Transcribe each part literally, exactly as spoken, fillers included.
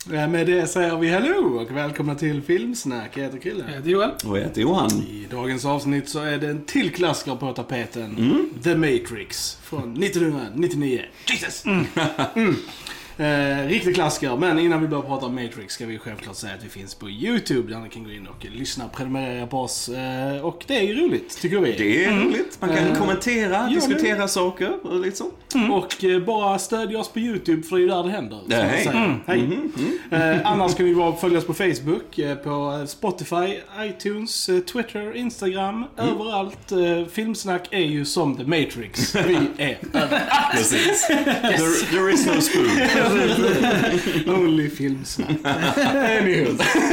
Med det säger vi hallå och välkomna till Filmsnack. Jag heter Krille. Jag heter Joel. Och jag heter Johan. I dagens avsnitt så är det en till klassiker på tapeten. Mm. The Matrix från nittonhundranittionio. Jesus! Mm. Mm. Eh, riktig klassiker, men innan vi börjar prata om Matrix ska vi självklart säga att vi finns på YouTube där ni kan gå in och lyssna och prenumerera på oss. Eh, och det är ju roligt, tycker vi. Det är mm. roligt. Man kan eh, kommentera, diskutera men... saker och lite så. Mm. Och eh, bara stödja oss på YouTube, för det är ju där det händer. Ja, hej. Mm. Hej. Mm. Mm. Eh, annars kan vi bara följa oss på Facebook, eh, på Spotify, iTunes, eh, Twitter, Instagram, mm. överallt. Eh, Filmsnack är ju som The Matrix. Vi är överallt. Precis. There, there is no spoon. Only Filmsnack. Anywho.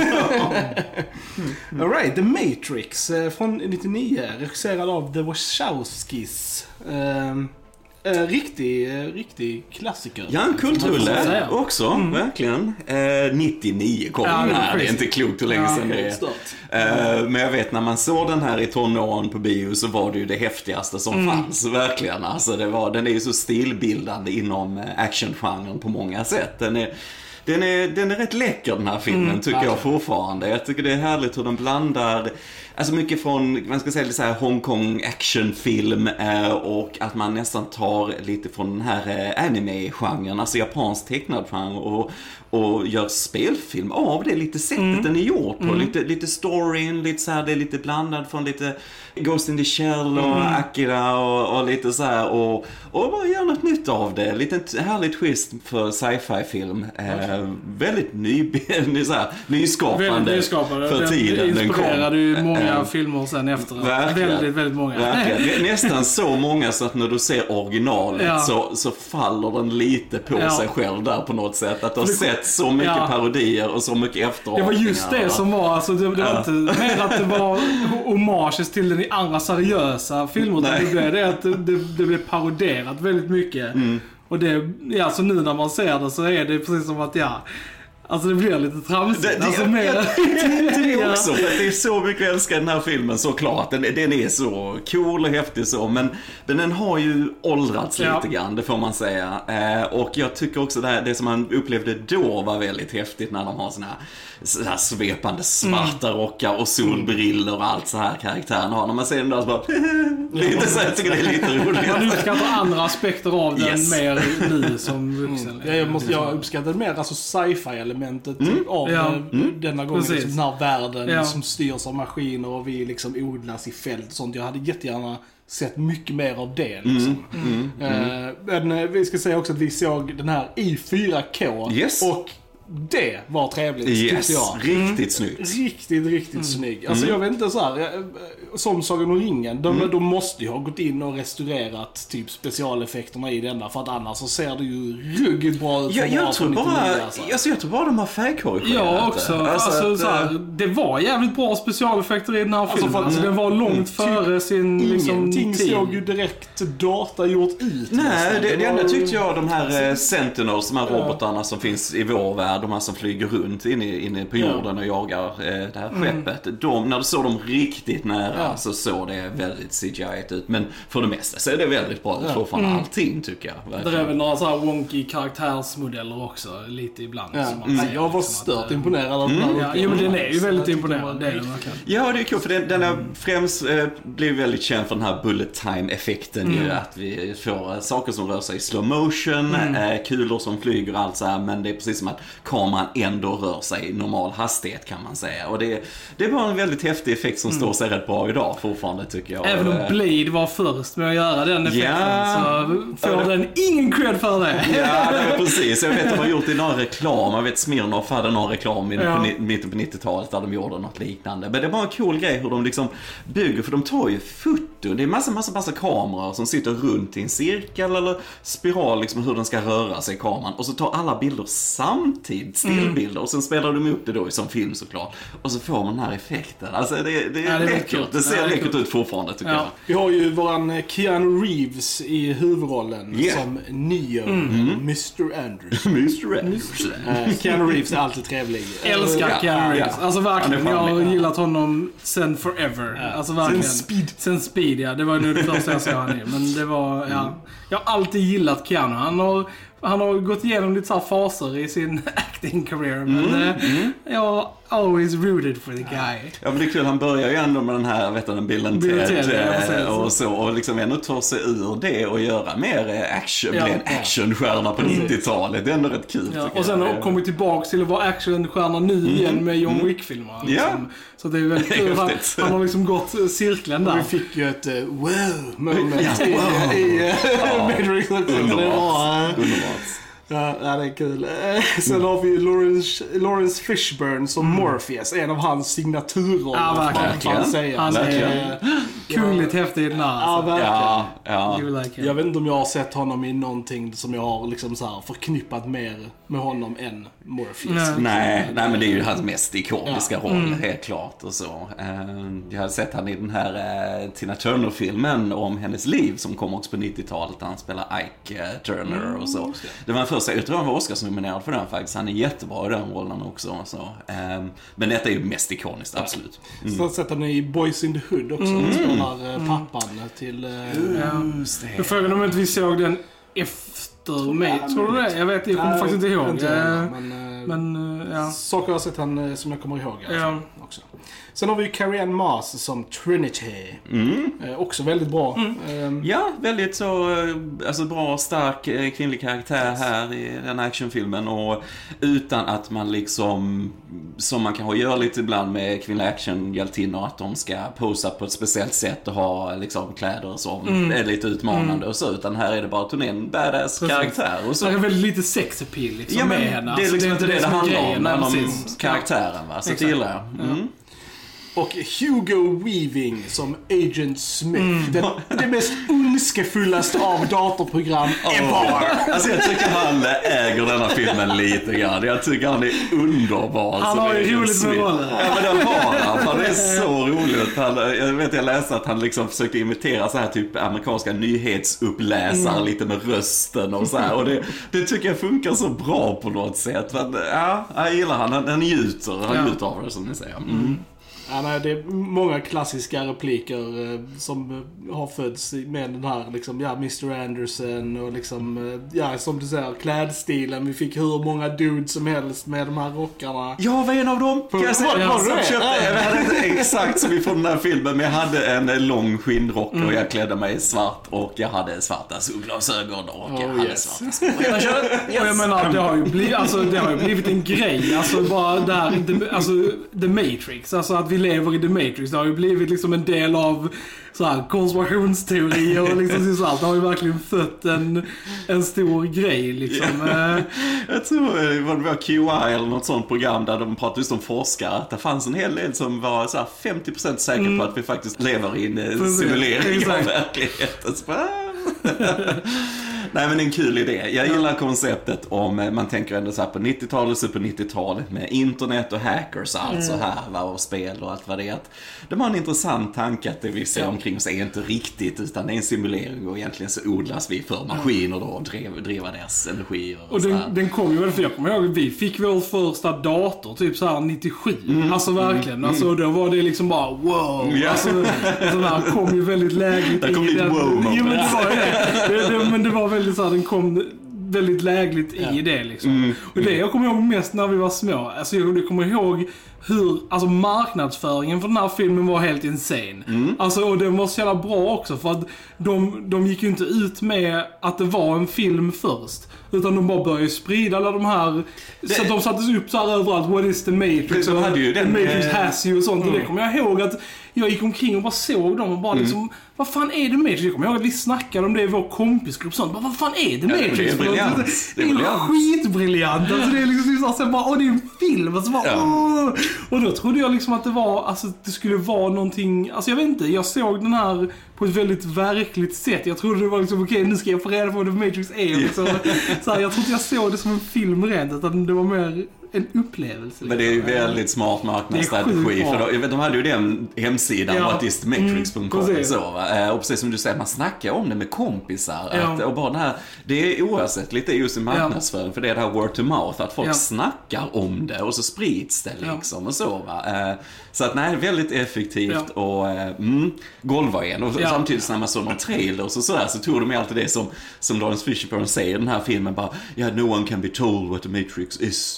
All right, The Matrix eh, från nittionio, regisserad av The Wachowskis. Eh, Eh, riktig, eh, riktig klassiker. Ja, en kultrulle också, mm. verkligen. Eh, nittionio kom ja, den här, det är inte klokt hur länge ja, sedan det är. Eh, men jag vet när man såg den här i tonåren på bio så var det ju det häftigaste som mm. fanns, verkligen. Alltså, det var, den är ju så stilbildande inom actiongenren på många sätt. Den är... Den är, den är rätt läcker, den här filmen, mm, tycker jag fortfarande. Jag tycker det är härligt hur den blandar, alltså mycket från, man ska säga så här, Hongkong actionfilm eh, och att man nästan tar lite från den här eh, anime-genren, alltså japansk tecknad genre och, och gör spelfilm av det lite sättet mm. den är gjort på. Mm. Lite, lite storyn, lite så här, det är lite blandad från lite Ghost in the Shell och mm. Akira och, och lite så här och, och bara gör något nytt av det. Lite härligt twist för sci-fi-film. Eh, väldigt ny, så här, nyskapande, väldigt nyskapande för den, tiden. Det inspirerade ju många äh, filmer sen efter. Verkligen. Väldigt, väldigt många. Verkligen. Nästan så många så att när du ser originalet ja. så, så faller den lite på ja. sig själv där på något sätt. Att du har sett så mycket ja. parodier och så mycket efterapningar. Det var just det som var, alltså, det, det var ja. inte mer att det var homages till den i andra seriösa filmer. Det blev det att det, det, det blev paroderat väldigt mycket. Mm. Och det, ja, alltså nu när man ser det så är det precis som att ja, alltså det blir lite tramsigt. Det, det, alltså, mer... jag tänkte det också, för att det är så mycket jag älskar den här filmen, såklart. Den, den är så cool och häftig så, men, men den har ju åldrats ja. lite grann, det får man säga. Eh, och jag tycker också det, här, det som man upplevde då var väldigt häftigt när de har såna här, såna här svepande svarta mm. rockar och solbriller och allt så här karaktären har. När man ser den där så bara lite så, jag tycker det är lite roligt. Man uppskattar andra aspekter av den yes. mer nu som vuxen. Mm. Jag, måste, jag uppskattar mer alltså sci-fi elementet mm. av ja. mm. denna gången, liksom, den här världen ja. som styrs av maskiner och vi liksom odlas i fält och sånt. Jag hade jättegärna sett mycket mer av det liksom. Mm. Mm. Uh, men vi ska säga också att vi såg den här i fyra K yes. och det var trevligt, yes, tyckte jag. Riktigt mm. snyggt. Riktigt, riktigt mm. snygg. Alltså mm. jag vet inte så här, som Sagan om ringen, de, mm. de måste ju ha gått in och restaurerat typ specialeffekterna i denna, för att annars så ser det ju ruggigt bra ut. Jag, jag, tror bara, alltså. alltså, jag tror bara de har färgkorrigerat. Ja, också. Alltså, alltså, att, så här, det var jävligt bra specialeffekter i den här alltså, filmen. För att, alltså, den var långt mm. före sin liksom, ingenting såg ju direkt data gjort ut. Nej, det, det, det enda tyckte jag, de här alltså, Sentinels, de här ja. robotarna som finns i vår värld, de här som flyger runt inne, inne på jorden och jagar eh, det här skeppet. Mm. De, när du såg dem riktigt nära ja. så såg det väldigt C G I ut. Men för det mesta så är det väldigt bra ut ja. från mm. allting, tycker jag. Verkligen. Det är väl några så här wonky karaktärsmodeller också, lite ibland. Ja. Som man mm. säger, jag var liksom stört att, imponerad av mm. den. Ja, jo, men den är ju väldigt imponerad. Det är den verkligen. Ja, det är kul, för den, den är främst eh, blev väldigt känd för den här bullet time-effekten. Mm. Ju, att vi får saker som rör sig i slow motion, mm. eh, kulor som flyger och allt så här, men det är precis som att kameran ändå rör sig i normal hastighet, kan man säga. Och det, det var en väldigt häftig effekt som mm. står sig rätt bra idag fortfarande, tycker jag. Även om Blade var först med att göra den effekten ja. så får den ingen cred för det. Ja, det är precis. Jag vet att de har gjort i någon reklam. Jag vet Smirnoff hade någon reklam i ja. mitten på nittiotalet där de gjorde något liknande. Men det var en cool grej hur de liksom bygger, för de tar ju foto. Det är massa, massa, massa kameror som sitter runt i en cirkel eller spiral, liksom hur den ska röra sig i kameran. Och så tar alla bilder samtidigt, stillbilder. Mm. Och sen spelar de upp det då som film, såklart. Och så får man den här effekten. Alltså det, det är, ja, det är läckert. Det ser ja, läckert ut fortfarande, tycker ja. jag. Vi har ju våran Keanu Reeves i huvudrollen yeah. som Neo, mm. mister Anderson. mister Anderson. Uh, Keanu Reeves är alltid trevlig. Älskar uh, Keanu Reeves. Ja, ja. Alltså verkligen, jag har gillat honom sen forever. Ja. Alltså verkligen. Sen Speed. Sen Speed, ja. Det var nu det första jag såg han i. Men det var, ja. Jag har alltid gillat Keanu. Han har, han har gått igenom lite så här faser i sin acting career, men mm, uh, mm. jag always rooted for the guy. Ja, men det är kul, han börjar ju ändå med den här, vet du, den Bill and Ted och så, och liksom ändå tar sig ur det och göra mer action, ja, bli en actionstjärna på mm. nittiotalet. Det är ändå rätt kul. Ja, och sen har kommit tillbaka till att vara actionstjärna nu mm. igen med John Wick-filmer. Liksom. Ja. Så det är väldigt kul. Han, han har liksom gått cirkeln där. Och vi fick ju ett uh, wow moment ja, wow. i uh, Matrix. Underbart. Underbart. Ja, ja, det är kul. Sen har vi Lawrence, Lawrence Fishburne som mm. Morpheus, en av hans signaturer. Ja, verkligen. Han säger. Han är kungligt häftig i den här. Ja, verkligen. Ja, ja. Like jag vet inte om jag har sett honom i någonting som jag har liksom så här förknippat mer med honom än Morpheus. Nej, nej, nej, men det är ju hans mest ikoniska ja. roll, mm. helt klart. Och så. Jag har sett han i den här Tina Turner-filmen om hennes liv som kom också på nittiotalet. Han spelar Ike Turner mm. och så. Det var första, jag tror han var Oscarsnominerad för den faktiskt. Han är jättebra i den rollen också. Så. Um, men detta är ju mest ikoniskt, absolut. Mm. Så har sett han i Boys in the Hood också. Mm. Han spelar uh, pappan till... Uh, Just det. Jag frågade om inte vi såg den efter mig. Tror du det? Jag vet, jag kommer äh, faktiskt inte ihåg. Inte heller, men, men uh, ja. Saker jag har sett han som jag kommer ihåg. Alltså, ja. också. Sen har vi Carrie-Anne Moss som Trinity. Mm. Eh, också väldigt bra. Mm. Um, ja, väldigt så alltså bra, stark eh, kvinnlig karaktär yes. här i den actionfilmen. Och utan att man liksom, som man kanske gör lite ibland med kvinnliga actionhjältinnor, att de ska posa på ett speciellt sätt och ha liksom kläder som mm. är lite utmanande mm. och så. Utan här är det bara att hon är en badass Precis. karaktär. Och så. Det är väldigt lite sex appeal liksom ja, med henne. Det är liksom alltså, inte det det, det handlar om, om, om karaktären. Va? Så Exakt. det gillar jag. Mm. Och Hugo Weaving som Agent Smith. Mm. Den, det mest ondskefullaste av datorprogram ever. Alltså jag tycker han äger denna filmen lite grann. Jag tycker han är underbar. Han har ju roligt med rollen. Ja, men den har han. Han är så roligt. Han, jag vet, jag läste att han liksom försökte imitera så här typ amerikanska nyhetsuppläsare mm. lite med rösten och så här. Och det, det tycker jag funkar så bra på något sätt. Men, ja, jag gillar han. Han, han njuter. Han ja. njuter av det, som ni säger. Mm. Ja, nej, det är många klassiska repliker eh, som har fötts med den här liksom, ja, mister Anderson och liksom, eh, ja, som du säger, klädstilen. Vi fick hur många dudes som helst med de här rockarna. Jag var en av dem. Kan jag säga? Var, var jag, köpte, jag hade inte exakt som vi får den här filmen, men jag hade en lång skinnrock och mm. jag klädde mig svart och jag hade svarta solglasögon och jag oh, hade yes. svarta skor. Yes. Och jag menar, det har ju blivit, alltså, det har ju blivit en grej. Alltså bara där, the, alltså The Matrix, alltså att vi lever i The Matrix, det har ju blivit liksom en del av så här konspirationsteorier och liksom så allt. Det har ju verkligen fött en, en stor grej liksom. Yeah. Jag tror det var Q I eller något sånt program där de pratade just om forskare, att det fanns en hel del som var så här femtio procent säker mm. på att vi faktiskt lever i en simulering av verkligheten. Nej, men det är en kul idé. Jag gillar konceptet om, man tänker ändå så här på nittiotalet, så på nittiotalet med internet och hackers och allt mm. så här, va, och spel och allt vad det är. De har en intressant tanke att det vi ser omkring oss är inte riktigt, utan det är en simulering och egentligen så odlas vi för maskiner då och driva, driva deras energi. Och, och den, den kom ju väl, för jag kommer ihåg, vi fick vår första dator typ så här nittiosju. Mm. Alltså verkligen. Mm. Alltså då var det liksom bara wow. Mm. Alltså sån här kom ju väldigt lägligt. Där kom lite wow. Jo, men det var det. det, det men det var väldigt så här, den kom väldigt lägligt i ja. det liksom. Mm. Och det jag kommer ihåg mest när vi var små, alltså jag kommer ihåg hur, alltså marknadsföringen för den här filmen var helt insane. Mm. Alltså, och den var så jävla bra också, för att de, de gick ju inte ut med att det var en film först, utan de bara började sprida alla de här, det... så att de sattes upp så här överallt, what is the Matrix? De hade ju den, Matrix has you och sånt, mm. och det kommer jag ihåg att jag gick omkring och bara såg dem och bara liksom, mm. vad fan är det Matrix? Jag kommer ihåg att vi snackade om det i vår kompisgrupp och sånt, bara, vad fan är det Matrix? Ja, det är briljant. Det är, det är skitbriljant. Alltså det är liksom så här, bara, åh det är en film. Alltså, bara, ja. Och då trodde jag liksom att det var, alltså det skulle vara någonting, alltså jag vet inte, jag såg den här på ett väldigt verkligt sätt. Jag trodde det var liksom, okej, okay, nu ska jag få reda på vad The Matrix är. Liksom. Så här, jag trodde jag såg det som en film rent, utan det var mer en upplevelse. Men det är ju väldigt smart marknadsstrategi. För då, jag vet, de hade ju den hemsidan, ja. what is the matrix punkt com mm, så, va? Och precis som du säger, man snackar om det med kompisar. Ja. Att, och bara det här, det är oersättligt, det är just i marknadsföring, ja. för det är det här word to mouth, att folk ja. snackar om det och så sprids det liksom ja. och så, va? Så att nej, väldigt effektivt ja. och mm, golvar igen. Och ja. samtidigt när man såg någon trailer och så, sådär, så tog de ju alltid det som, som Lawrence Fishburne säger i den här filmen, bara, yeah, no one can be told what the Matrix is, you have to see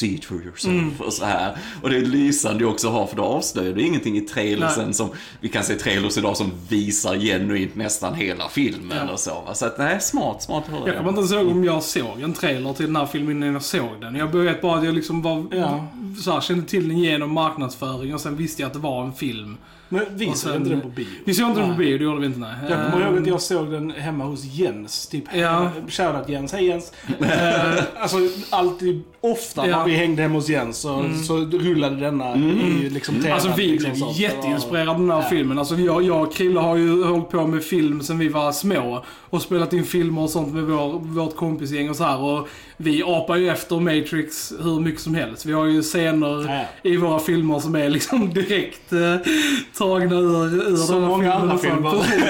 see it for yourself mm. och så här. Och det är lysande också att ha, för då avslöjar det ingenting i trailersen som, vi kan se trailers idag som visar genuint nästan hela filmen ja. och så. Så att det är smart, smart att höra. Jag kommer inte ihåg om jag såg en trailer till den här filmen innan jag såg den. Jag började bara att jag liksom var, ja. så här, kände till den genom marknadsföring och sen visste jag att det var en film. Men vi såg inte den på bio. Vi såg inte den på bio, det gjorde vi inte, nej. Jag kommer ihåg att jag såg den hemma hos Jens. Typ, ja. Shoutout Jens, hej Jens. uh, alltså, alltid, ofta ja. när vi hängde hemma hos Jens så, mm. så rullade denna mm. i liksom temat. Alltså vi blev liksom, jätteinspirerade av den här ja. filmen. Alltså jag, jag och Krille har ju hållit på med film sen vi var små. Och spelat in filmer och sånt med vår, vårt kompisgäng och så här. Och vi apar ju efter Matrix hur mycket som helst. Vi har ju scener ja. i våra filmer som är liksom direkt eh, tagna ur, ur så många andra filmer.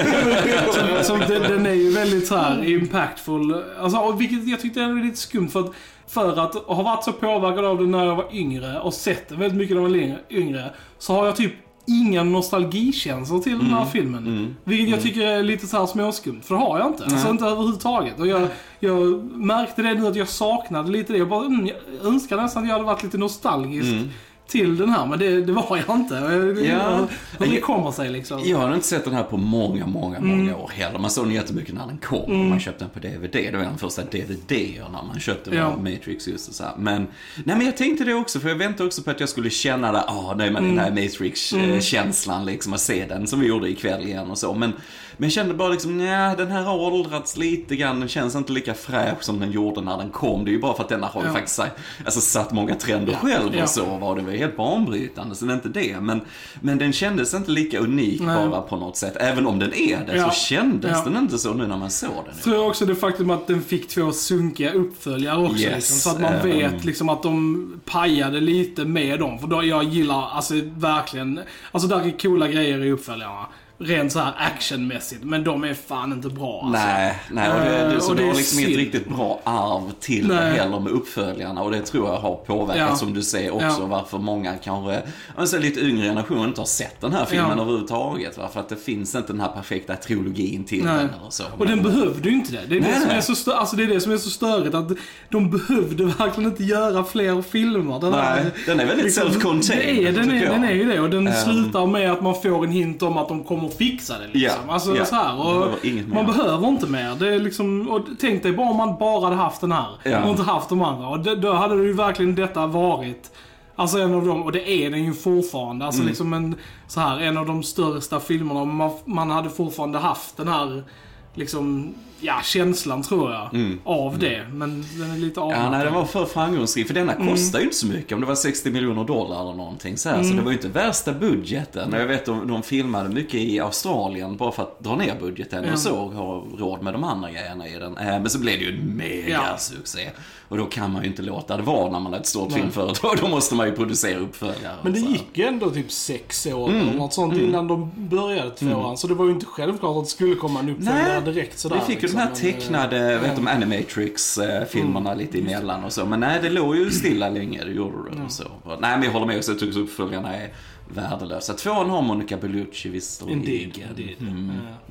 så, så den, den är ju väldigt så här impactful. Alltså, och vilket jag tyckte är lite skumt för att För att ha varit så påverkad av det när jag var yngre och sett det väldigt mycket när jag var yngre, så har jag typ inga nostalgikänslor till mm. den här filmen. Mm. Vilket jag tycker är lite så här småskumt. För det har jag inte. Mm. Alltså inte överhuvudtaget. Och jag, jag märkte det nu att jag saknade lite det. Jag, bara, mm, jag önskar nästan att jag hade varit lite nostalgisk mm. till den här, men det, det var jag inte. Ja. Hur det kommer sig liksom. Jag har inte sett den här på många, många, mm. många år heller. Man såg den jättemycket när den kom. Mm. Man köpte den på D V D. Det var den första D V D-erna man köpte med ja. Matrix just och så här. Men, nej, men jag tänkte det också, för jag väntade också på att jag skulle känna det, ah, nej, men mm. den här Matrix-känslan mm. liksom, att se den som vi gjorde ikväll igen och så. Men, men jag kände bara liksom, nej, den här har åldrats lite grann. Den känns inte lika fräsch som den gjorde när den kom. Det är ju bara för att den har ja. faktiskt alltså, satt många trender ja. själv och ja. så var det väl helt banbrytande, så det är inte det. Men, men den kändes inte lika unik Nej. bara på något sätt. Även om den är det, ja. så kändes ja. den inte så nu när man såg den. Jag tror också det faktum att den fick två sunkiga uppföljare också. Yes. Liksom, så att man um... vet liksom, att de pajade lite med dem. För då jag gillar alltså verkligen, alltså där är coola grejer i uppföljarna. Rent så här actionmässigt, men de är fan inte bra alltså. Nej, nej, och det, det, så och det, det har liksom inget riktigt bra arv till nej. det heller med uppföljarna, och det tror jag har påverkat ja. som du säger också ja. varför många kanske, alltså lite yngre generationer inte har sett den här filmen ja. överhuvudtaget, va? För att det finns inte den här perfekta trilogin till nej. den eller så. Och den behövde ju inte det. Det är, nej, det, som är så stö- alltså det är det som är så störigt, att de behövde verkligen inte göra fler filmer. Den, nej, här, den är väldigt liksom, self-contained. Det är, den, är, den är ju det, och den um, slutar med att man får en hint om att de kommer fixa det liksom. Yeah, alltså yeah. så här, och man behöver inte mer. Det är liksom, och tänk dig bara om man bara hade haft den här yeah. och inte haft de andra, och det, då hade det ju verkligen detta varit alltså en av dem, och det är den ju fortfarande, alltså mm. liksom en så här en av de största filmerna. Man, man hade fortfarande haft den här liksom, ja, känslan tror jag mm. av mm. det, men den är lite avmattad. Ja, nej, den var för framgångsrik, för denna kostar mm. ju inte så mycket, om det var sextio miljoner dollar eller någonting så här, mm. så det var ju inte värsta budgeten. Och jag vet att de filmade mycket i Australien bara för att dra ner budgeten mm. och så ha råd med de andra grejerna i den. Men så blev det ju en mega ja. succé. Och då kan man ju inte låta det vara när man är ett stort Nej. filmföretag. Då måste man ju producera uppföljare. Men det gick ju ändå typ sex år mm. eller något sånt mm. innan de började tvåan. Mm. Så det var ju inte självklart att det skulle komma en uppföljare direkt sådär. Vi fick ju liksom, de här tecknade, men, vet du, Animatrix-filmerna mm. lite emellan och så. Men nej, det låg ju stilla länge, det gjorde det och så. Nej, men jag håller med också, jag tycker uppföljarna är värdelösa. Tvåan har Monica Bellucci visserligen. Indeed, indeed. Mm.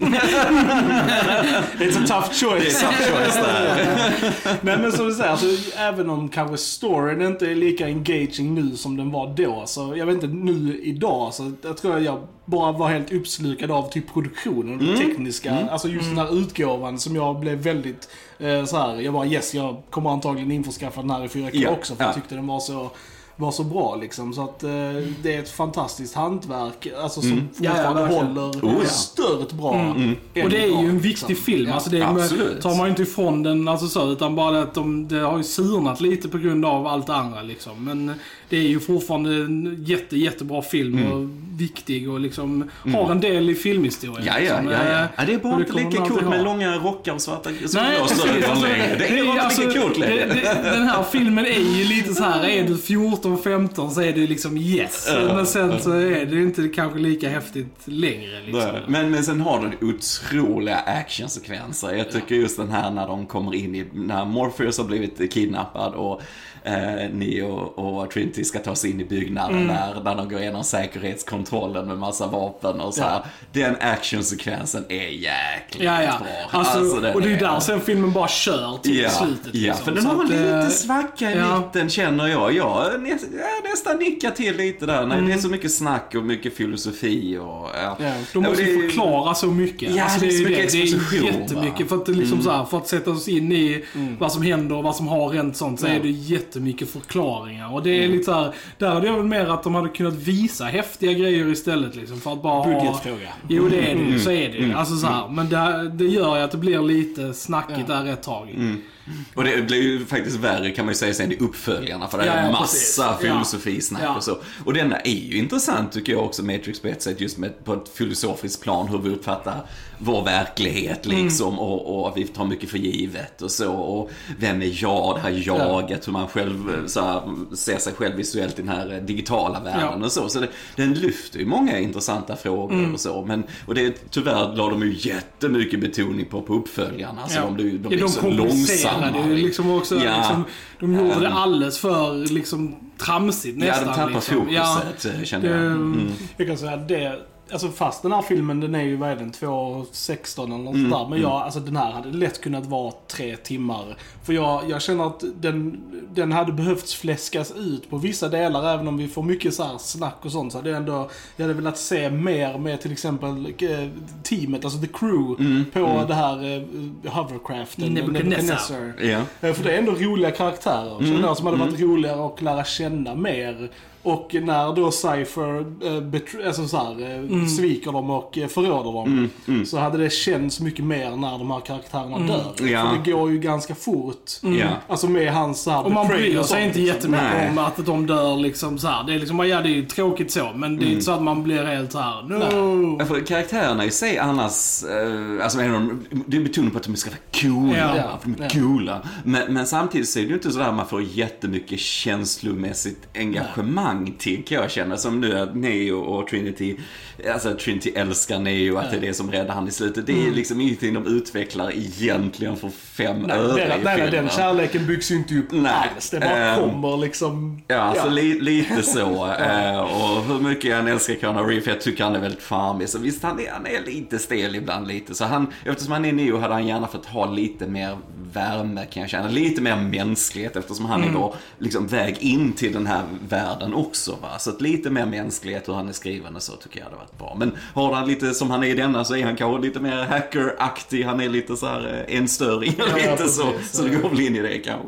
It's a tough choice. It's a tough choice där. Nej, men som du säger, alltså, även om kanske storyn inte är lika engaging nu som den var då, så jag vet inte, nu idag, så jag tror jag bara var helt uppslukad av typ produktionen och det mm. tekniska, mm. alltså just mm. den här utgåvan som jag blev väldigt eh, så här, jag bara yes, jag kommer antagligen införskaffa den här i fyra K yeah. också, för yeah. jag tyckte den var så var så bra liksom, så att eh, det är ett fantastiskt hantverk, alltså som mm. fortfarande ja, ja, håller oh, ja. stört bra. Mm. Mm. Och det är ju en viktig liksom. film, alltså det är, tar man ju inte ifrån den alltså så, utan bara att de, det har ju surnat lite på grund av allt andra liksom, men det är ju fortfarande en jätte, jättebra film mm. och viktig och liksom mm. har en del i filmhistorien. Ja, ja, liksom. ja, ja. ja det är bara inte lika coolt med långa rockar och svarta Nej, alltså, alltså, det är bara alltså, inte lika coolt längre. Den här filmen är ju lite så här, är du fjorton femton så är det liksom yes. Uh, men sen så är det inte kanske lika häftigt längre liksom. Men, men sen har den otroliga actionsekvenser. Jag tycker ja. just den här när de kommer in i, när Morpheus har blivit kidnappad och eh, Neo och Trinity ska ta sig in i byggnaden mm. när, när de går igenom säkerhetskontrollen med massa vapen och så här. Ja. Den actionsekvensen är jäkligt ja, ja. bra. Alltså, alltså, och det är där sen filmen bara kör till ja, slutet. Ja, liksom. för den så har att, lite svacka i ja. mitten känner jag. Jag nä, ja, nästan nickar till lite där. Mm. Det är så mycket snack och mycket filosofi. Och, ja. Ja, de måste ja, det, förklara så mycket. Ja, alltså, det, det är så det, mycket det exposition. är jättemycket. För att, liksom mm. så här, för att sätta oss in i mm. vad som händer och vad som har hänt sånt, så ja. är det jättemycket förklaringar. Och det är mm. lite så här, där är det väl mer att de hade kunnat visa häftiga grejer istället. Liksom, för att bara budgetfråga. Ha, jo, det är det mm. så är det mm. alltså så här, men det, det gör ju att det blir lite snackigt ja. där ett tag. Mm. Och det blir ju faktiskt värre kan man ju säga sen i uppföljarna, för det är ja, ja, massa precis. filosofisnack ja. och så. Och denna är ju intressant tycker jag också, Matrix på ett sätt, just med, på ett filosofiskt plan, hur vi uppfattar vår verklighet liksom mm. och, och vi tar mycket för givet och så, och vem är jag, det här jaget, ja. hur man själv så här, ser sig själv visuellt i den här digitala världen ja. och så. Så det, den lyfter ju många intressanta frågor mm. och så, men och det tyvärr la de ju jättemycket betoning på på uppföljarna, så ja. de, de, de blir så långsamma. Det är liksom också, ja. liksom, de gjorde det alldeles för liksom tramsigt nästan. Ja, de tappar liksom. fokuset, ja, känner jag. Mm. Jag kan säga det, alltså fast den här filmen, den är ju vad är den, två sexton eller något mm. där, men jag, alltså den här hade lätt kunnat vara tre timmar. För jag, jag känner att den, den hade behövts fläskas ut på vissa delar, även om vi får mycket så här snack och sånt, så hade jag ändå, jag hade velat se mer med till exempel eh, teamet, alltså the crew mm. på mm. det här eh, hovercraften, Nebuchadnezzar. Ja. För det är ändå roliga karaktärer, mm. jag, som hade varit mm. roligare att lära känna mer. Och när då Cypher äh, betr- alltså så här, äh, mm. sviker dem och äh, förråder dem mm. Mm. så hade det känts mycket mer när de här karaktärerna mm. dör. Ja. För det går ju ganska fort. Mm. Ja. Alltså med hans så här, och man bryr sig inte jättemycket Nej. om att de dör liksom så här. Det är liksom, ja det är ju tråkigt så, men mm. det är inte så att man blir helt så här. No. För karaktärerna i sig annars, äh, alltså det är betoning på att de ska vara coola. Ja. Ja. De är coola. Men, men samtidigt så är det ju inte så där man får jättemycket känslomässigt engagemang till, kan jag känna, som nu att Neo och Trinity, alltså Trinity älskar Neo, att det är det som räddar han i slutet. Det är liksom ingenting de utvecklar egentligen för fem nej, öre nej, i nej, nej, den kärleken byggs ju inte upp nej. alls. Det bara um, kommer liksom... Ja, alltså ja. Li, lite så. uh, och hur mycket jag älskar Keanu Reeves, jag tycker han är väldigt charmig. Så visst, han är, han är lite stel ibland lite. Så han, eftersom han är Neo hade han gärna fått ha lite mer värme, kan jag känna. Lite mer mänsklighet, eftersom han mm. är då liksom väg in till den här världen också, va? Så att lite mer mänsklighet hur han är skriven och så tycker jag det har varit bra. Men har han lite som han är i denna, så är han kanske lite mer hackeraktig. Han är lite så här en större ja, lite ja, så, så det går väl in i det kanske.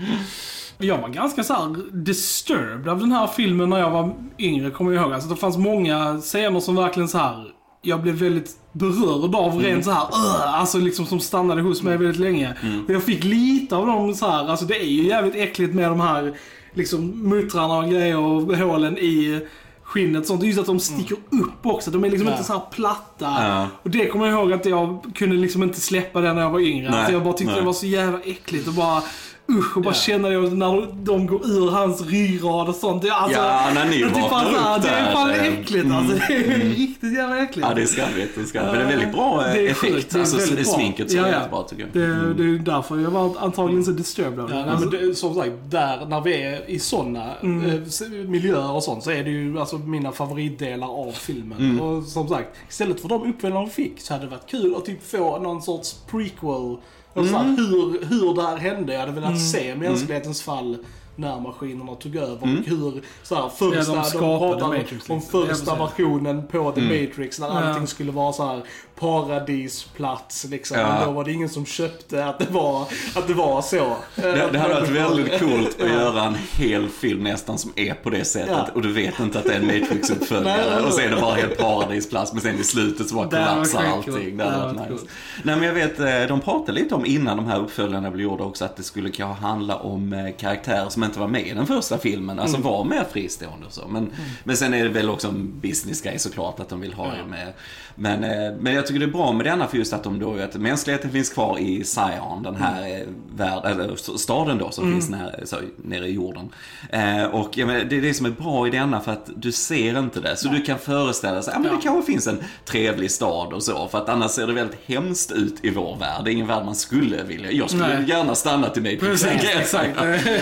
Jag var ganska så här disturbed av den här filmen när jag var yngre, kommer jag ihåg. Alltså det fanns många scener som verkligen så här, jag blev väldigt berörd av mm. rent så här, uh, alltså liksom som stannade hos mig väldigt länge. Mm. Och jag fick lite av dem så här, alltså det är ju jävligt äckligt med de här liksom muttrarna och grejer och hålen i skinnet, sånt. Just att de sticker mm. upp också. De är liksom ja. inte så här platta. Ja. Och det kommer jag ihåg att jag kunde liksom inte släppa det när jag var yngre. Nej. Alltså jag bara tyckte Nej. det var så jävla äckligt och bara usch, och bara ja. känner jag när de går ur hans ryggrad och sånt. Alltså, ja, när ni vaknar upp där. Det är fan där. äckligt alltså. Mm. Det är riktigt jävla äckligt. Ja, det är skamligt. Det är skamligt. Men det är väldigt bra det är effekt. Sjukt. Det är alltså, väldigt bra. Sminket så ja, ja. är bra tycker jag. Mm. Det, det är därför jag var antagligen så disturbed av det. Ja, alltså, men det, som sagt, där när vi är i sådana mm. eh, miljöer och sånt, så är det ju alltså mina favoritdelar av filmen. Mm. Och som sagt, istället för de uppföljare de fick, så hade det varit kul att typ få någon sorts prequel. Och så här, mm. hur, hur det här hände. Jag hade velat mm. se mänsklighetens fall när maskinerna tog över. Mm. Och hur så här, första, ja, de, de pratade Matrix, om första versionen på The mm. Matrix, när allting ja. skulle vara så här paradisplats liksom. Ja. Men då var det ingen som köpte att det var, att det var så. Det, det hade varit väldigt coolt att göra en hel film nästan som är på det sättet. Ja. Och du vet inte att det är en Matrix-uppföljare. Och så är det bara helt paradisplats. Men sen i slutet så bara kollapsar allting. Det var nice. Cool. Nej, men jag vet, de pratade lite om innan de här uppföljarna blev gjorda också, att det skulle kanske handla om karaktärer som inte var med i den första filmen. Alltså mm. var mer fristående och så. Men, mm. men sen är det väl också en business grej såklart att de vill ha det med. Men, men jag tycker det är bra med denna, för just att de då, att mänskligheten finns kvar i Zion, den här mm. värld, eller staden då som mm. finns nere, så, nere i jorden. Eh, och ja, men det är det som är bra i denna, för att du ser inte det. Så ja. du kan föreställa sig, ja men ja. det kanske finns en trevlig stad och så, för att annars ser det väldigt hemskt ut i vår värld. Det är ingen värld man skulle vilja. Jag skulle Nej. gärna stanna till mig. Precis, exakt.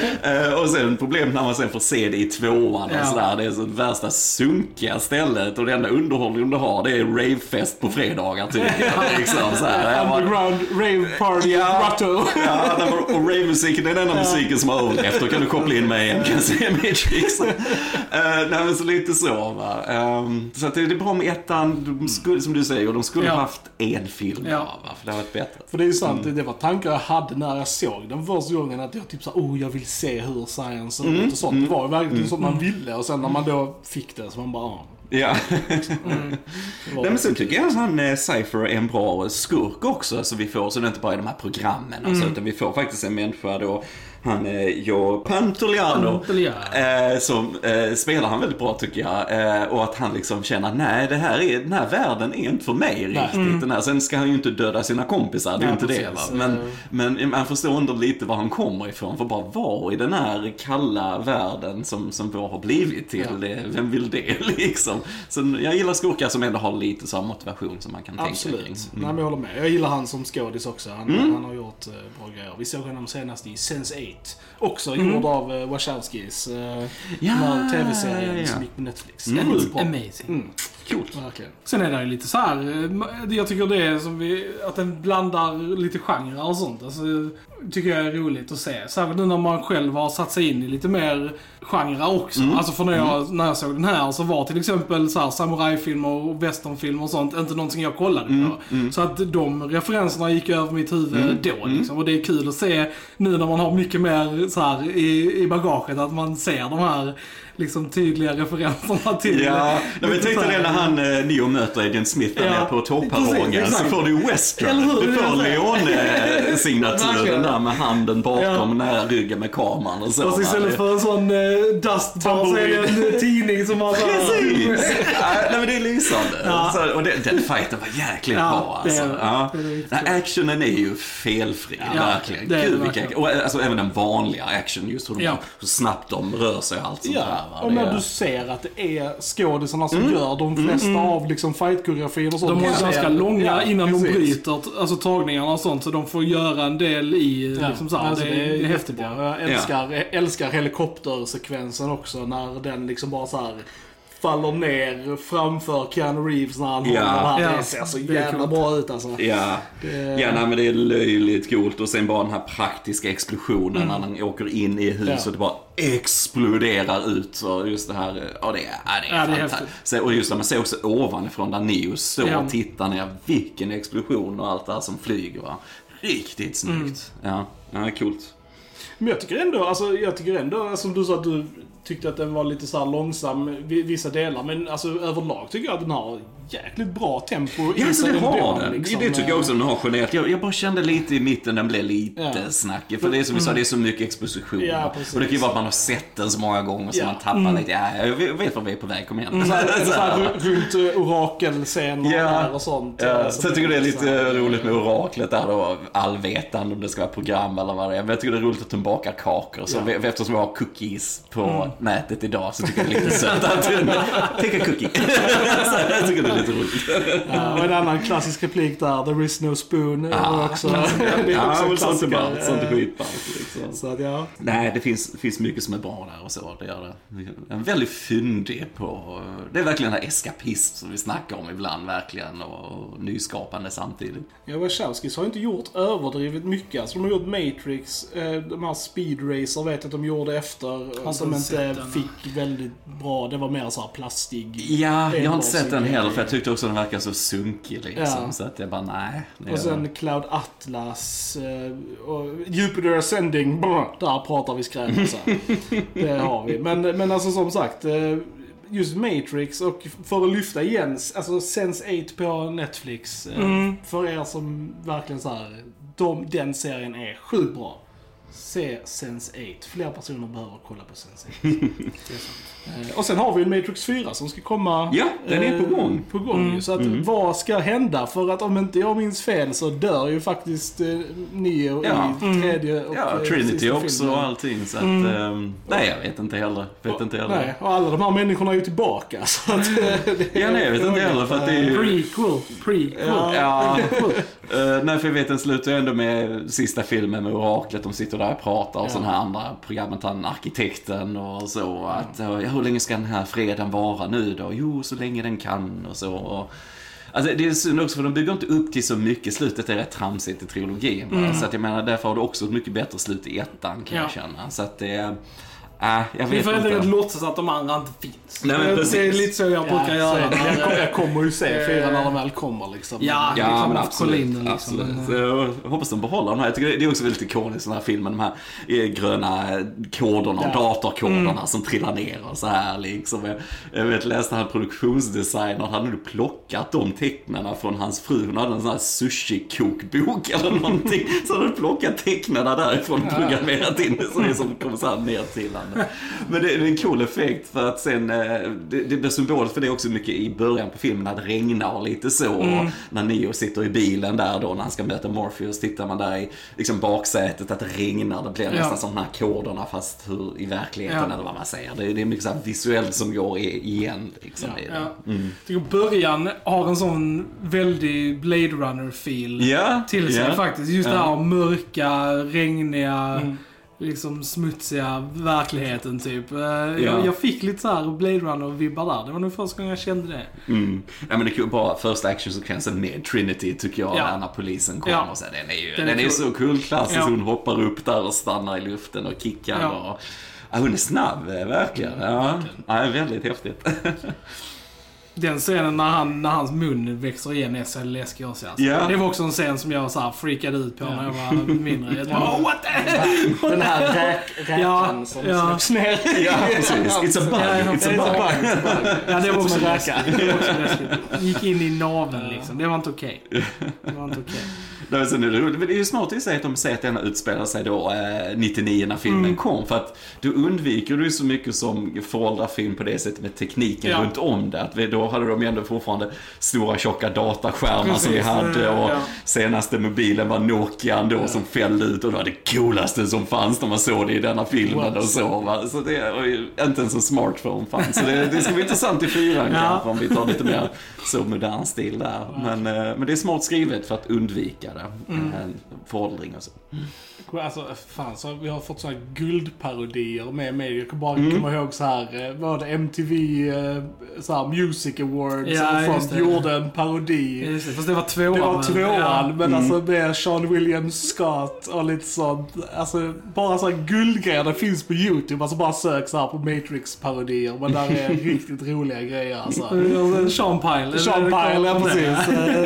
och sen problemet när man sen får se det i tvåan och Ja. sådär. Det är så det värsta sunkiga stället och det enda underhållning du har det är ravefest på fredagar typ. liksom, så här. Underground rave party Ja. grotto. Ja, och rave-musiken är den enda musiken som har överlevt. Då kan du koppla in mig igen, kan jag se Matrix. uh, nej, men så lite så va. Um, så att det är bra med ettan, de skulle, som du säger, de skulle Ja. ha haft en film Ja. va, för det har varit bättre. För det är ju sant, det var tankar jag hade när jag såg den första gången att jag typ så oh jag vill se hur science ser ut och sånt. Det var ju verkligen sånt man ville och sen när man då fick det så man bara ah. Ja. Mm. Nej, men sen tycker jag att han eh, Cypher är en bra skurk också, så vi får, så det är inte bara i de här programmen alltså, utan vi får faktiskt en människa då, han är Joe Pantoliano, Pantoliano. eh, som eh, spelar han väldigt bra tycker jag, eh, och att han liksom känner nej det här är, den här världen är inte för mig riktigt, mm. den här, sen ska han ju inte döda sina kompisar, det är ja, inte precis. det va, men, men man förstår ändå lite var han kommer ifrån, för bara var i den här kalla världen som, som vår har blivit till, ja. det, vem vill det liksom, så jag gillar skurkar som ändå har lite samma motivation som man kan Absolut. tänka kring. Mm. Nej, men jag håller med. Jag gillar han som skådis också. Han, mm. han har gjort uh, bra grejer. Vi såg honom senast i sense eight. Också mm. gjord av uh, Wachowskis uh, ja, tv-serien ja, ja. som gick på Netflix. Mm. Bra. Amazing. Mm. Coolt. Verkligen. Sen är det ju lite så här. Jag tycker det är som vi, att den blandar lite genrer och sånt. Alltså, tycker jag är roligt att se. Särskilt nu när man själv har satt sig in i lite mer genrer också. Mm. Alltså för när jag, mm. när jag såg den här så var till exempel så här samurajfilmer och westernfilmer och sånt inte någonting jag kollade på. Mm. Mm. Så att de referenserna gick över mitt huvud mm. då liksom. Och det är kul att se nu när man har mycket mer så här i, i bagaget att man ser de här liksom tydliga referenserna till. Ja, när vi tänkte det när han eh, Neo möter Agent Smith där ja. nere på tågperrongen så får du western. Du får Leone-signaturen där med handen bakom ja. nära ryggen med kameran och så. Och så istället för en sån eh, dustbar så är det en tidning som har så här. Precis! Ja, nej men det är lysande. Ja. Så, och det, den fighten var jäkligt ja, bra alltså. Det är, ja. det är actionen är ju felfri, ja, verkligen. Det är Gud, vilka, och alltså även den vanliga action, just hur, de, ja. hur snabbt de rör sig och allt sånt ja. där. Och när du ser att det är skådisarna som mm. gör de flesta mm. av liksom fight-koreografin och sånt. De har ganska långa ja, innan precis. de bryter, alltså tagningarna och sånt, så de får göra en del i ja. liksom så här. Alltså, det, är, det är häftigt. Jag älskar, ja. älskar helikoptersekvensen också när den liksom bara så här faller ner framför Keanu Reeves när han ja. håller det här. Ja. Det ser så jävla bra ut alltså. Ja, det... ja nej, men det är löjligt coolt. Och sen bara den här praktiska explosionen mm. när han åker in i huset och ja. bara exploderar ut. Och just det här, ja det är, ja, det är ja, fantastiskt. Och just när man ser också ovanifrån där Neo står ja. och tittar ner, vilken explosion och allt det här som flyger va. Riktigt snyggt. Mm. Ja, ja, coolt. Men jag tycker ändå, alltså jag tycker ändå, som du sa att du tyckte att den var lite så här långsam vissa delar, men alltså överlag tycker jag att den har jäkligt bra tempo. Ja, så det har den. Liksom. Det tycker jag också den har generellt. Jag, jag bara kände lite i mitten, den blev lite ja. snackig. För det är som vi sa, det är så mycket exposition. Ja, och det kan ju vara att man har sett den så många gånger så ja. man tappar mm. lite. Ja, jag vet vad vi är på väg, kom igen. Mm. Så här, så här, runt uh, orakelscener ja. och sånt. Ja. Så jag tycker det är lite så roligt med oraklet där då, allvetande om det ska vara program eller vad det är. Men jag tycker det är roligt att de bakar kakor. Så ja. eftersom jag har cookies på mm. nätet idag så tycker jag det är lite sött att take a cookie. Så jag tycker det är lite roligt. Ja, och en annan klassisk replik där, there is no spoon. Ah, också, det är ja, också ja, sånt är bara, sånt är skitballt liksom. Så att, ja. Nej, det finns, finns mycket som är bra där och så, det gör det. En väldigt fyndig på, det är verkligen en eskapism som vi snackar om ibland verkligen och nyskapande samtidigt. Ja, Wachowskis har inte gjort överdrivet mycket. Alltså de har gjort Matrix, de här Speed Racer vet jag att de gjorde efter, som inte fick väldigt bra, det var mer så här plastig. Ja, jag har inte sett den heller för jag tyckte också den verkar så sunkig liksom, ja. så att jag bara nej. Och sen Cloud Atlas och Jupiter Ascending, brr, där pratar vi skräp så. Det har vi. Men, men alltså som sagt, just Matrix och för att lyfta igen, alltså sense eight på Netflix, mm. för er som verkligen så här, de, den serien är sjukt bra. Se sense eight. Fler personer behöver kolla på sense eight. Det är sant. Och sen har vi en Matrix fyra som ska komma. Ja, den är på gång. På gång mm. Så att mm. vad ska hända? För att om inte jag minns fel så dör ju faktiskt eh, Neo ja. i tredje och ja, Trinity också och allting. Så att, mm. um, nej, jag vet inte heller. Vet och, inte heller. Nej, och alla de här människorna är ju tillbaka. Så att, det, ja, nej, jag vet inte heller. För att det är ju... Prequel. Prequel. Ja, Uh, nej, för jag vet den slutar ändå med sista filmen med oraklet. De sitter där och pratar och ja. sån här andra programmet, han arkitekten och så. Mm. Att, uh, hur länge ska den här freden vara nu då? Jo, så länge den kan och så. Och, alltså, det är synd också för de bygger inte upp till så mycket. Slutet är rätt tramsigt i trilogin. Mm. Så att jag menar, därför har du också ett mycket bättre slut i ettan kan ja. jag känna. Så att det är... Äh, jag vet vi får inte låtsas att de andra inte finns. Nej, men det är lite så jag brukar ja, göra. Jag, jag kommer ju se fyra när de väl kommer liksom. Ja, ja liksom, men absolut. In, liksom. absolut. Så jag hoppas de behåller den här. Jag tycker det är också väldigt ikoniskt den här filmen. De här gröna koderna, ja. datorkoderna mm. som trillar ner och så här liksom. Jag, jag vet, läste han produktionsdesigner. Han hade plockat de tecknarna från hans fru. Hon hade en sån här sushi-kokbok eller någonting. Så hade plockat tecknarna därifrån och programmerat in det. Så det som kommer så här ner till han. Men det är en cool effekt för att sen det, det blir symboliskt för det också mycket i början på filmen när det regnar och lite så mm. och när Neo sitter i bilen där då när han ska möta Morpheus tittar man där i liksom baksätet att det regnar, det blir ja. nästan som de här koderna fast hur, i verkligheten ja. eller vad man säger. Det, det är mycket så här visuellt som går igen liksom. Ja, ja. Mm. Jag tycker början har en sån väldig Blade Runner-feel ja, till sig ja. faktiskt. Just ja. det här mörka, regniga mm. liksom smutsiga verkligheten typ. Jag, ja. jag fick lite så här Blade Runner-vibbar där. Det var nog första gången jag kände det. Mm. Ja, men det är bara första actionsekvensen med Trinity tycker jag ja. när polisen kommer ja. och så. Den är ju den är, den är så kul klassisk. Ja. Hon hoppar upp där och stannar i luften och kickar. Ja. Och, ja, hon är snabb, verkligen. Ja, ja väldigt häftigt. Den scenen när, han, när hans mun växer igen är så läskig också. Alltså. Yeah. Det var också en scen som jag så här freakade ut på yeah. när jag var mindre. Jag bara, oh, what the? Den här räk, räkan ja, som ja. släpps ner. Ja, precis. It's a bug. Ja, It's a bug. It's a bug. Ja, det var också läskigt. Det var också läskigt. Gick in i naveln liksom. Det var inte okej. Okay. Det var inte okej. Okay. Nej, så nu, det är ju smart i sig att de säger att den utspelar sig då eh, nittionio när filmen mm. kom. För att du undviker du så mycket som föråldrar film på det sättet med tekniken ja. runt om det. Att vi, då hade de ändå fortfarande stora tjocka dataskärmar Precis. som vi hade. Och ja. senaste mobilen var Nokia då ja. som fällde ut. Och det var det coolaste som fanns när man såg det i denna filmen. Och så, va? Så det är ju inte ens en smartphone fanns. Så det, det ska bli intressant i fyran ja. kanske om vi tar lite mer så modern stil där. Men, eh, men det är smart skrivet för att undvika det. Mm. Föråldring och så. Alltså, fan, så vi har fått så här guldparodier med mig. Jag kan bara mm. komma ihåg så här, var det M T V så här Music Awards ja, och folk gjorde en parodi. Just det, fast det var tvåan. Det var tvåan, ja. men mm. alltså med Sean William Scott och lite sånt. Alltså, bara så här guldgrejer, det finns på YouTube. Alltså bara sök så här på Matrix-parodier. Men där är riktigt roliga grejer. Alltså. Sean Pyle. Sean Pyle, ja precis.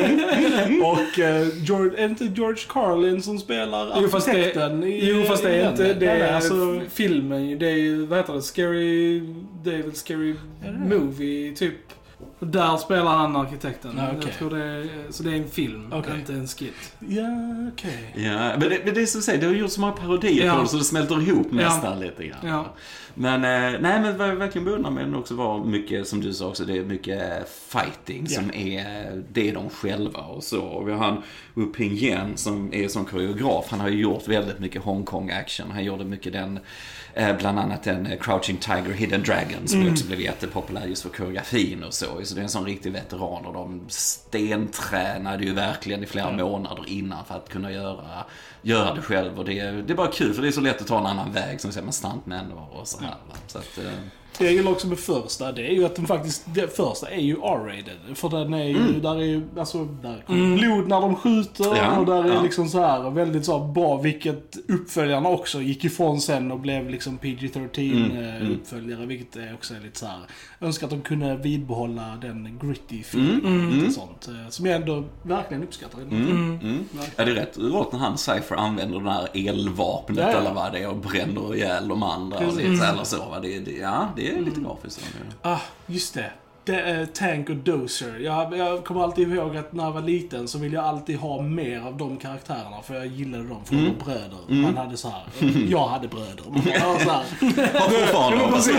och uh, George, är inte George Carlin som spelar arkitekten? I, jo, fast det är inte det är alltså filmen, det är vad heter det, Scary David Scary Movie typ. Och där spelar han arkitekten. Ah, okay. Jag tror det är, så det är en film, okay. inte en skit. Ja, okej. Okay. Ja, men det, men det är som säger, det har gjort så många parodier ja. på det så det smälter ihop nästan ja. lite grann. Ja. Men eh, nej, men vad jag verkligen beundrar med den också var mycket, som du sa också, det är mycket fighting ja. som är det är de själva och så. Och vi har han Wu Ping Yen som är som koreograf. Han har ju gjort väldigt mycket Hong Kong action. Han gjorde mycket den bland annat den Crouching Tiger, Hidden Dragon som mm. också blev jättepopulär just för koreografin och så. Så det är en sån riktig veteran och de stentränade ju verkligen i flera mm. månader innan för att kunna göra, göra det själv. Och det, det är bara kul för det är så lätt att ta en annan väg som säger man stuntmän och, och så här. Mm. Så att, det jag gillar också med första, det är ju att den faktiskt, det första är ju R-rated. För den är ju, mm. där är ju, alltså, där kommer mm. blod när de skjuter ja, och där är ja. liksom så här väldigt så bra, vilket uppföljarna också gick ifrån sen och blev liksom P G tretton mm. uppföljare, mm. vilket är också är lite så här, önskar att de kunde vidbehålla den gritty film mm. lite mm. sånt, som jag ändå verkligen uppskattar. Mm. Mm. Mm. Ja, det är rätt rått när han Cypher använder den här elvapnet ja, ja. eller vad det är och bränner ihjäl de andra och lite, eller så, va? Det, det, ja, det är lite grafiskt. Ah, just det. Det är Tank och Dozer. Jag, jag kommer alltid ihåg att när jag var liten så ville jag alltid ha mer av de karaktärerna för jag gillade dem för mm. de var bröder. Mm. Man hade så här. Jag hade bröder. Man var så här. Har fortfarande ja, precis.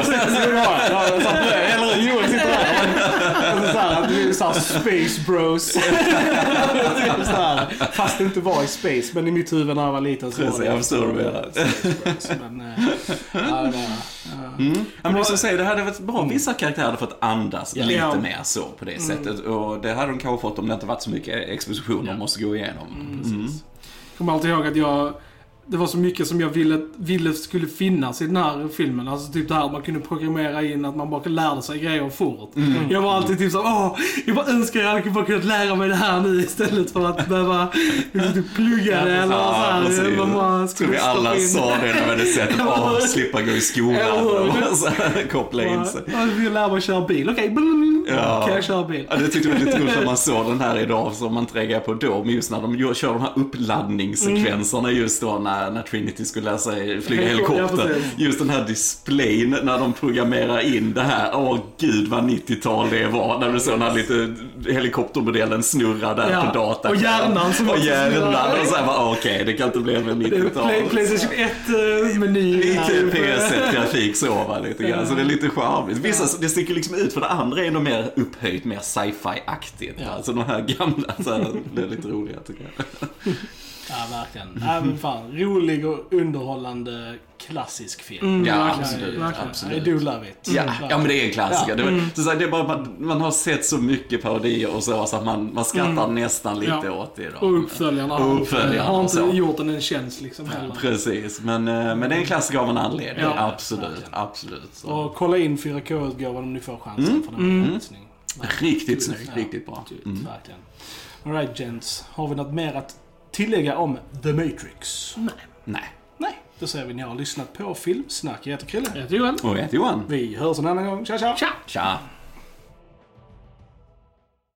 Eller Joel sitter där. Så här, det är så här Space Bros. så här, fast det inte var i space, men i mitt huvud när jag var liten så var det. Jag förstår det. Men ja, det var Mm. Ja, men det, som säger, det hade varit bra om vissa karaktärer hade fått andas yeah. lite ja. mer så på det mm. sättet. Och det hade de kanske fått om det inte varit så mycket exposition de yeah. måste gå igenom. Mm. Mm. Jag kommer alltid ihåg att jag det var så mycket som jag ville, ville skulle finnas i den här filmen. Alltså typ det här man kunde programmera in att man bara lärde sig grejer fort. Mm. Jag var alltid typ så, åh, jag bara önskar jag hade bara kunnat lära mig det här nu istället för att behöva typ plugga det eller ja, så här. Man bara skulle vi alla in. Sa det när vi hade sett att åh, slippa gå i skolan och så koppla in sig. Jag vill lära mig att köra bil, okej, okay. ja. Kan jag köra bil? Ja, det tyckte jag var lite roligt när man såg den här idag som man inte reagerar på då, men just när de kör de här uppladdningssekvenserna mm. just då när När Trinity skulle lära sig flyga helikopter. Just den här displayen när de programmerar in det här. Åh gud vad nittiotal det var. När du såg när lite helikoptermodellen snurrar där ja. på datan. Och hjärnan som Och hjärnan. Och så här bara, okej, okay, det kan inte bli med nittiotal. Play, PlayStation ett-meny. Lite P S ett-grafik så va, lite grann. Ja. Så det är lite charmigt. Vissa, det sticker liksom ut för det andra är nog mer upphöjt, mer sci-fi-aktigt. Ja. Alltså de här gamla, så här, det är lite roliga tycker jag. Ja, verkligen. Ja, men fan, rolig och underhållande klassisk film. Mm, ja, absolut. absolut. I do love it. Ja, ja men det är en klassiker. Ja. Mm. Det, det är bara, man, man har sett så mycket parodier och så, så att man, man skrattar mm. nästan lite ja. åt det. Då. Och uppföljarna, och uppföljarna har inte så. gjort en tjänst liksom heller. Ja, precis, men, men det är en klassiker av en anledning. Ja. Absolut, verkligen. absolut. Så. Och kolla in fyra K-utgåvan om ni får chansen mm. för den här mm. läsning. Riktigt snyggt, ja. riktigt bra. Mm. Verkligen. All right, gents. Har vi något mer att tillägga om The Matrix? Nej. Nej. Nej. Då säger vi ni har lyssnat på Filmsnack. Jag heter Krille. Jag heter Johan. Och jag heter Johan. Vi hörs en annan gång. Tja, tja. Tja. Tja.